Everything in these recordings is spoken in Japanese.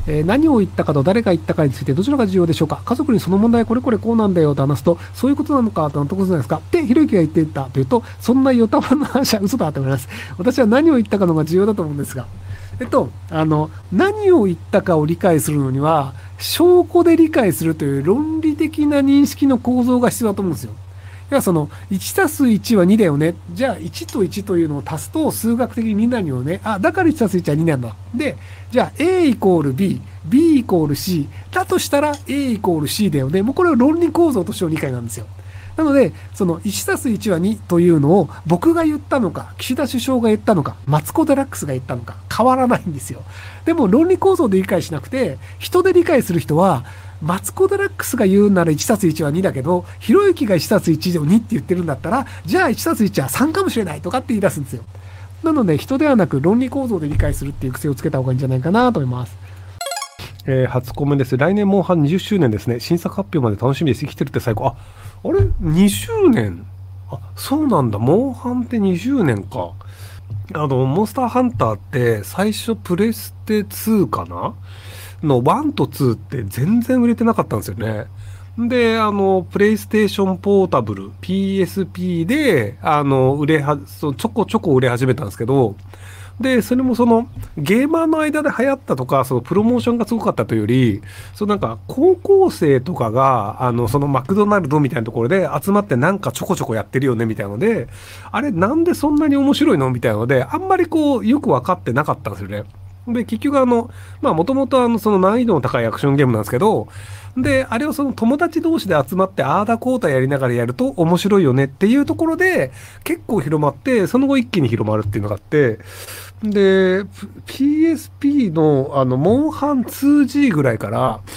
何を言ったかと誰が言ったかについてどちらが重要でしょうか。家族にその問題これこれこうなんだよと話すと、そういうことなのかと納得するじゃないですか。で、ひろゆきが言っていたというと、そんなヨタ話の話は嘘だと思います。私は何を言ったかのが重要だと思うんですが。何を言ったかを理解するのには、証拠で理解するという論理的な認識の構造が必要だと思うんですよ。要は1たす1は2だよね。じゃあ、1と1というのを足すと数学的に2なるよね。あ、だから1たす1は2なんだ。で、じゃあ、A イコール B、B イコール C。だとしたら A イコール C だよね。もうこれは論理構造としての理解なんですよ。なので、1たす1は2というのを僕が言ったのか、岸田首相が言ったのか、マツコ・デラックスが言ったのか、変わらないんですよ。でも論理構造で理解しなくて、人で理解する人は、マツコ・デラックスが言うなら1たす1は2だけど、ひろゆきが1たす1を2って言ってるんだったら、じゃあ1たす1は3かもしれないとかって言い出すんですよ。なので、人ではなく論理構造で理解するっていう癖をつけた方がいいんじゃないかなと思います。初コメです。来年モンハン20周年ですね。新作発表まで楽しみです。生きてるって最高。あれ ?20 年。そうなんだ。モンハンって20年か。モンスターハンターって最初プレステ2かなの1と2って全然売れてなかったんですよね。で、プレイステーションポータブル、PSP で、ちょこちょこ売れ始めたんですけど、で、それもゲーマーの間で流行ったとか、プロモーションがすごかったというより、高校生とかが、マクドナルドみたいなところで集まってなんかちょこちょこやってるよね、みたいなので、あれ、なんでそんなに面白いのみたいなので、あんまりよくわかってなかったんですよね。で、結局もともと難易度の高いアクションゲームなんですけど、で、あれを友達同士で集まってあーだこーだやりながらやると面白いよねっていうところで結構広まって、その後一気に広まるっていうのがあって、で、PSP のモンハン 2G ぐらいから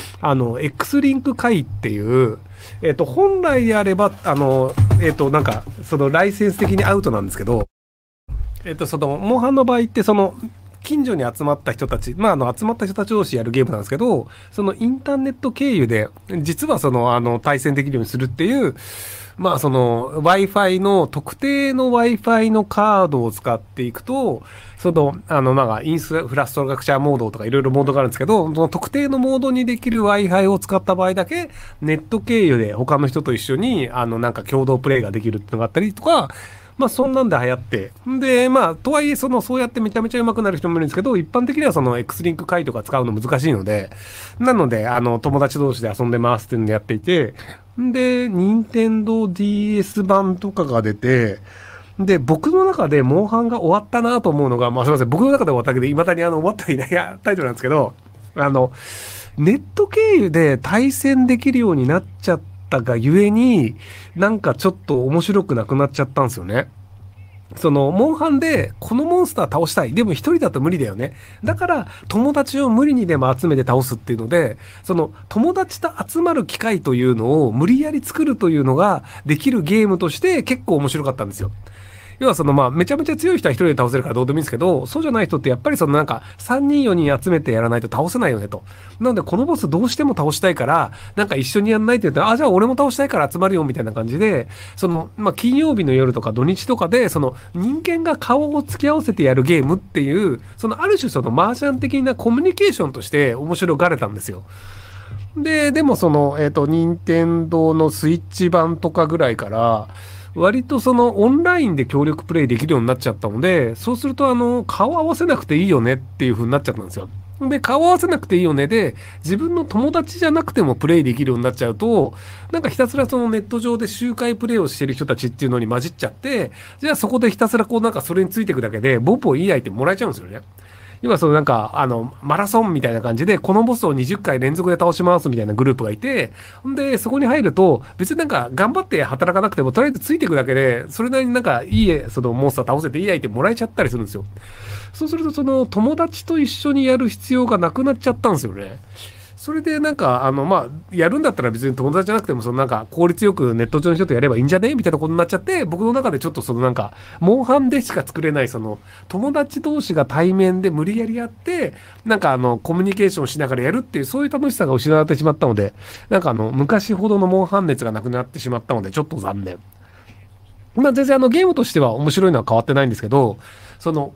、X リンク会っていう、本来であれば、ライセンス的にアウトなんですけど、モンハンの場合って、近所に集まった人たち、集まった人たち同士やるゲームなんですけど、インターネット経由で、実は対戦できるようにするっていう、Wi-Fi の、特定の Wi-Fi のカードを使っていくと、インフラストラクチャーモードとかいろいろモードがあるんですけど、その特定のモードにできる Wi-Fi を使った場合だけ、ネット経由で他の人と一緒に、共同プレイができるっていうのがあったりとか、そんなんで流行って。で、とはいえ、そうやってめちゃめちゃ上手くなる人もいるんですけど、一般的にはX リンク回とか使うの難しいので、なので、友達同士で遊んでますっていうのでやっていて、で、任天堂 DS 版とかが出て、で、僕の中でモンハンが終わったなと思うのが、すいません、僕の中で終わったけど、未だに終わってはいないタイトルなんですけど、ネット経由で対戦できるようになっちゃったがゆえに、なんかちょっと面白くなくなっちゃったんですよね。モンハンで、このモンスター倒したい。でも一人だと無理だよね。だから、友達を無理にでも集めて倒すっていうので、友達と集まる機会というのを無理やり作るというのができるゲームとして結構面白かったんですよ。要はめちゃめちゃ強い人は一人で倒せるからどうでもいいんですけど、そうじゃない人ってやっぱり3人4人集めてやらないと倒せないよねと。なのでこのボスどうしても倒したいから、一緒にやんないって言ったら、じゃあ俺も倒したいから集まるよみたいな感じで、金曜日の夜とか土日とかで、人間が顔を突き合わせてやるゲームっていう、ある種麻雀的なコミュニケーションとして面白がれたんですよ。でも任天堂のスイッチ版とかぐらいから、割とオンラインで協力プレイできるようになっちゃったので、そうすると顔合わせなくていいよねっていう風になっちゃったんですよ。で、顔合わせなくていいよねで、自分の友達じゃなくてもプレイできるようになっちゃうと、ひたすらネット上で周回プレイをしてる人たちっていうのに混じっちゃって、じゃあそこでひたすらそれについていくだけで、ボいい相手もらえちゃうんですよね。要はマラソンみたいな感じで、このボスを20回連続で倒しますみたいなグループがいて、んで、そこに入ると、別に頑張って働かなくても、とりあえずついていくだけで、それなりにいい、モンスター倒せていい相手もらえちゃったりするんですよ。そうすると、友達と一緒にやる必要がなくなっちゃったんですよね。それでやるんだったら別に友達じゃなくても、効率よくネット上の人とやればいいんじゃねみたいなことになっちゃって、僕の中でちょっとモンハンでしか作れない、友達同士が対面で無理やりやって、コミュニケーションしながらやるっていう、そういう楽しさが失われてしまったので、昔ほどのモンハン熱がなくなってしまったので、ちょっと残念。全然ゲームとしては面白いのは変わってないんですけど、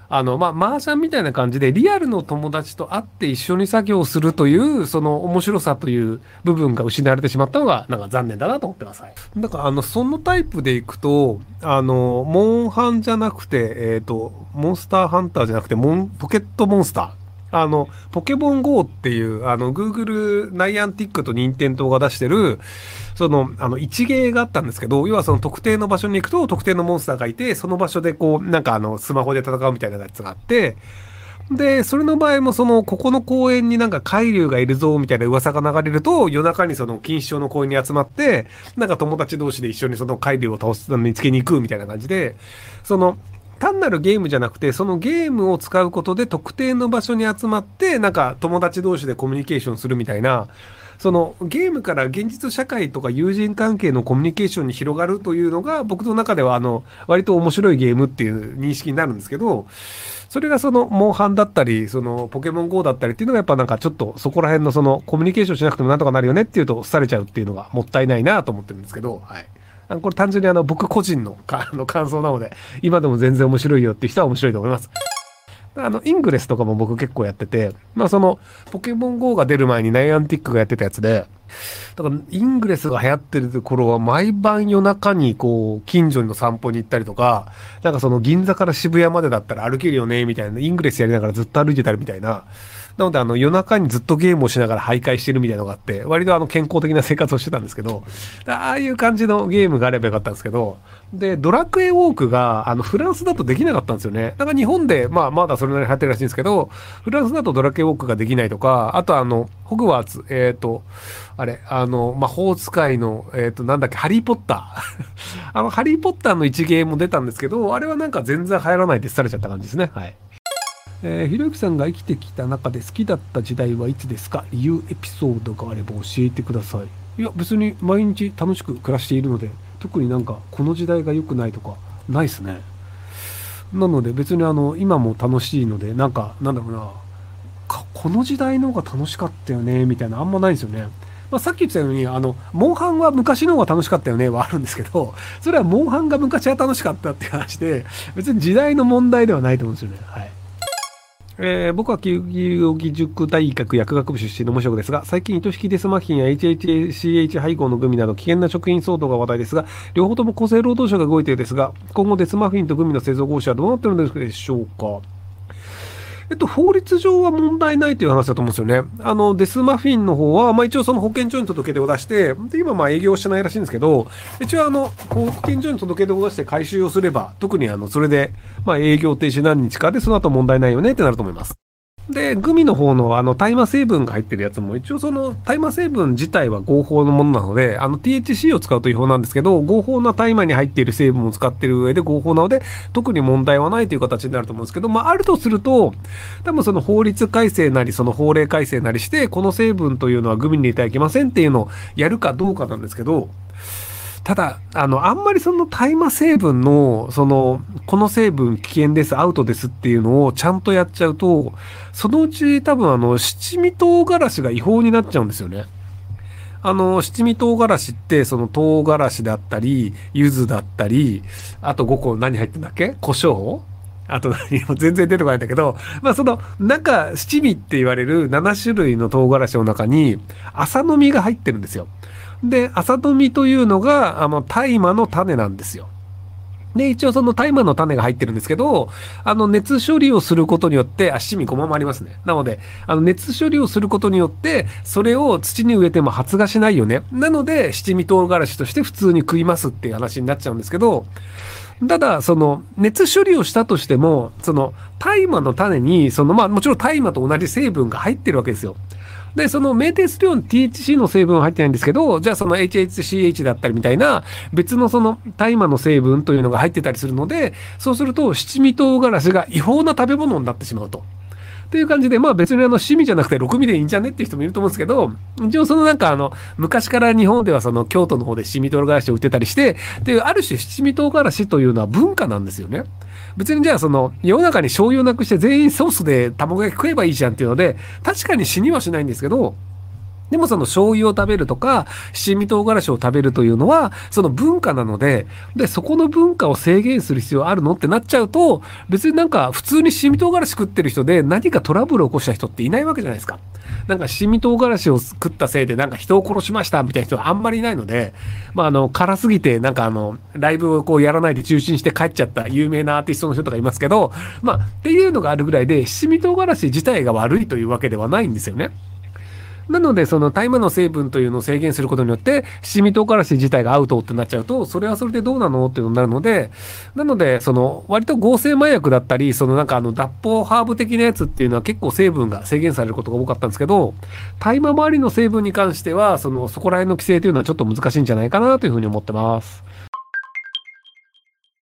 麻雀みたいな感じで、リアルの友達と会って一緒に作業するという、その面白さという部分が失われてしまったのが、なんか残念だなと思ってます。はい。だから、そのタイプでいくと、モンハンじゃなくて、モンスターハンターじゃなくて、ポケットモンスター。ポケモン GO っていう、Google、ナイアンティックと任天堂が出してる、一芸があったんですけど、要はその特定の場所に行くと、特定のモンスターがいて、その場所でこう、なんかスマホで戦うみたいなやつがあって、で、それの場合もここの公園になんか海竜がいるぞ、みたいな噂が流れると、夜中にその錦糸町の公園に集まって、なんか友達同士で一緒にその海竜を見つけに行くみたいな感じで、単なるゲームじゃなくて、そのゲームを使うことで特定の場所に集まって、なんか友達同士でコミュニケーションするみたいな、そのゲームから現実社会とか友人関係のコミュニケーションに広がるというのが、僕の中では割と面白いゲームっていう認識になるんですけど、それがモンハンだったり、ポケモン GO だったりっていうのがやっぱなんかちょっとそこら辺のコミュニケーションしなくてもなんとかなるよねっていうと、されちゃうっていうのがもったいないなと思ってるんですけど、はい。これ単純に僕個人の感想なので、今でも全然面白いよっていう人は面白いと思います。イングレスとかも僕結構やってて、ポケモン GO が出る前にナイアンティックがやってたやつで、だから、イングレスが流行ってる頃は、毎晩夜中に、こう、近所の散歩に行ったりとか、なんか銀座から渋谷までだったら歩けるよね、みたいな、イングレスやりながらずっと歩いてたりみたいな。なので、夜中にずっとゲームをしながら徘徊してるみたいなのがあって、割と健康的な生活をしてたんですけど、ああいう感じのゲームがあればよかったんですけど、で、ドラクエウォークが、フランスだとできなかったんですよね。だから日本で、まだそれなりに流行ってるらしいんですけど、フランスだとドラクエウォークができないとか、あとホグワーツ、魔法使いの、なんだっけ、ハリーポッター。ハリーポッターの一芸も出たんですけど、あれはなんか全然流行らないで廃れちゃった感じですね。はい。ひろゆきさんが生きてきた中で好きだった時代はいつですか？理由、エピソードがあれば教えてください。いや、別に毎日楽しく暮らしているので、特になんかこの時代が良くないとか、ないですね。なので別に今も楽しいので、なんか、なんだろうな、この時代の方が楽しかったよね、みたいなあんまないんですよね。さっき言ってたように、モンハンは昔の方が楽しかったよね、はあるんですけど、それはモンハンが昔は楽しかったっていう話で、別に時代の問題ではないと思うんですよね。はい。僕は慶應義塾大学薬学部出身の無職ですが、最近糸引きデスマヒンや HHCH 配合のグミなど危険な食品騒動が話題ですが、両方とも厚生労働省が動いているですが、今後デスマフィンとグミの製造合社はどうなっているのでしょうか。法律上は問題ないという話だと思うんですよね。デスマフィンの方は、一応その保健所に届け出を出して、で、今営業してないらしいんですけど、一応保健所に届け出を出して回収をすれば、特にそれで、営業停止何日かで、その後問題ないよねってなると思います。で、グミの方の大麻成分が入ってるやつも、一応大麻成分自体は合法のものなので、THC を使うと違法なんですけど、合法な大麻に入っている成分を使っている上で合法なので、特に問題はないという形になると思うんですけど、あるとすると、多分法律改正なり、法令改正なりして、この成分というのはグミに入れてはいけませんっていうのをやるかどうかなんですけど、ただ、あんまり大麻成分の、この成分危険です、アウトですっていうのをちゃんとやっちゃうと、そのうち多分七味唐辛子が違法になっちゃうんですよね。七味唐辛子って、唐辛子だったり、柚子だったり、あと5個何入ってんだっけ？胡椒？あと何も全然出てこないんだけど、七味って言われる7種類の唐辛子の中に、麻の実が入ってるんですよ。で、麻の実というのが、大麻の種なんですよ。で、一応大麻の種が入ってるんですけど、熱処理をすることによって、七味ごまもありますね。なので、熱処理をすることによって、それを土に植えても発芽しないよね。なので、七味唐辛子として普通に食いますっていう話になっちゃうんですけど、ただ、熱処理をしたとしても、大麻の種に、もちろん大麻と同じ成分が入ってるわけですよ。で、メーテス量の THC の成分は入ってないんですけど、じゃあHHCH だったりみたいな別の大麻の成分というのが入ってたりするので、そうすると七味唐辛子が違法な食べ物になってしまうと。っていう感じで、別に趣味じゃなくて六味でいいんじゃねっていう人もいると思うんですけど、一応昔から日本では京都の方で七味唐辛子を売ってたりして、で、ある種七味唐辛子というのは文化なんですよね。別にじゃあ世の中に醤油をなくして全員ソースで卵焼き食えばいいじゃんっていうので、確かに死にはしないんですけど、 でもその醤油を食べるとか、七味唐辛子を食べるというのは、その文化なので、で、そこの文化を制限する必要あるのってなっちゃうと、別になんか普通に七味唐辛子食ってる人で何かトラブルを起こした人っていないわけじゃないですか。なんか七味唐辛子を食ったせいでなんか人を殺しましたみたいな人はあんまりいないので、まあ辛すぎてなんかライブをこうやらないで中止にして帰っちゃった有名なアーティストの人とかいますけど、まあっていうのがあるぐらいで、七味唐辛子自体が悪いというわけではないんですよね。なので、その大麻の成分というのを制限することによって、七味唐辛子自体がアウトってなっちゃうと、それはそれでどうなのっていうのになるので、なので、その、割と合成麻薬だったり、そのなんか脱法ハーブ的なやつっていうのは結構成分が制限されることが多かったんですけど、大麻周りの成分に関しては、そこら辺の規制というのはちょっと難しいんじゃないかなというふうに思ってます。